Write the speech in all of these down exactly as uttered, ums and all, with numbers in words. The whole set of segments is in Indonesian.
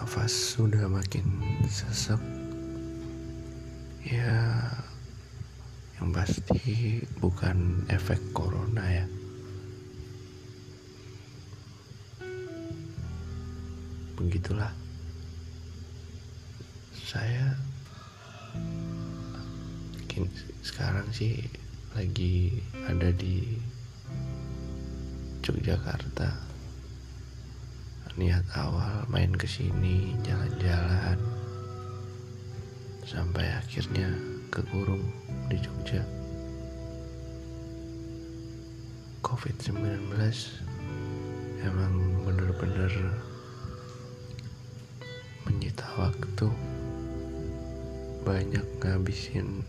nafas sudah makin sesek. Ya, yang pasti bukan efek corona ya. Begitulah. Saya mungkin sekarang sih lagi ada di Yogyakarta. Niat awal main kesini jalan-jalan sampai akhirnya kekurung di Jogja. covid sembilan belas emang bener-bener menyita waktu, banyak ngabisin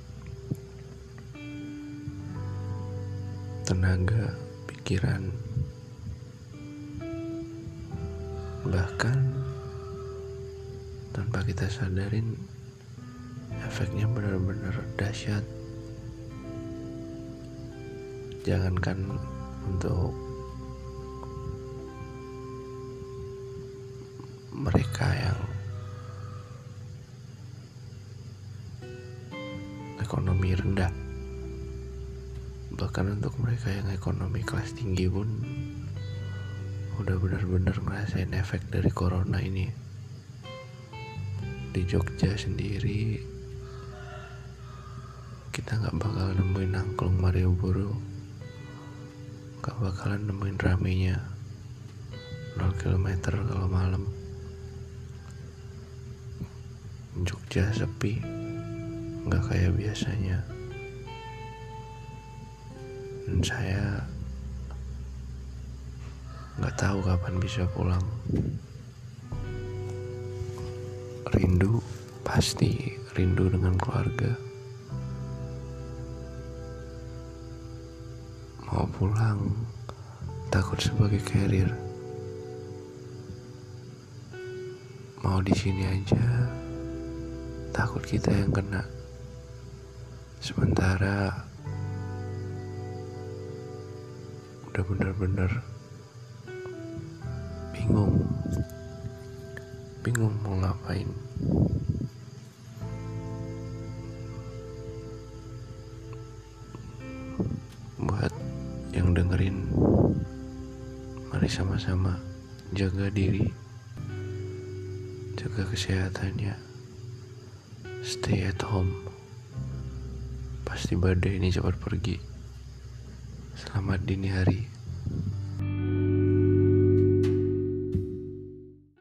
tenaga, pikiran, bahkan tanpa kita sadarin efeknya benar-benar dahsyat. Jangankan untuk mereka yang ekonomi rendah, bahkan untuk mereka yang ekonomi kelas tinggi pun udah benar-benar ngerasain efek dari corona ini. Di Jogja sendiri kita gak bakal nemuin angklung Malioboro, gak bakalan nemuin ramenya nol kilometer kalau malam. Jogja sepi, gak kayak biasanya. Dan saya gak tahu kapan bisa pulang. Rindu, pasti rindu dengan keluarga. Mau pulang, takut sebagai carrier. Mau di sini aja, takut kita yang kena. Sementara udah bener-bener bingung bingung mau ngapain. Buat yang dengerin, mari sama-sama jaga diri, jaga kesehatannya, stay at home. Pasti badai ini cepat pergi. Selamat dini hari.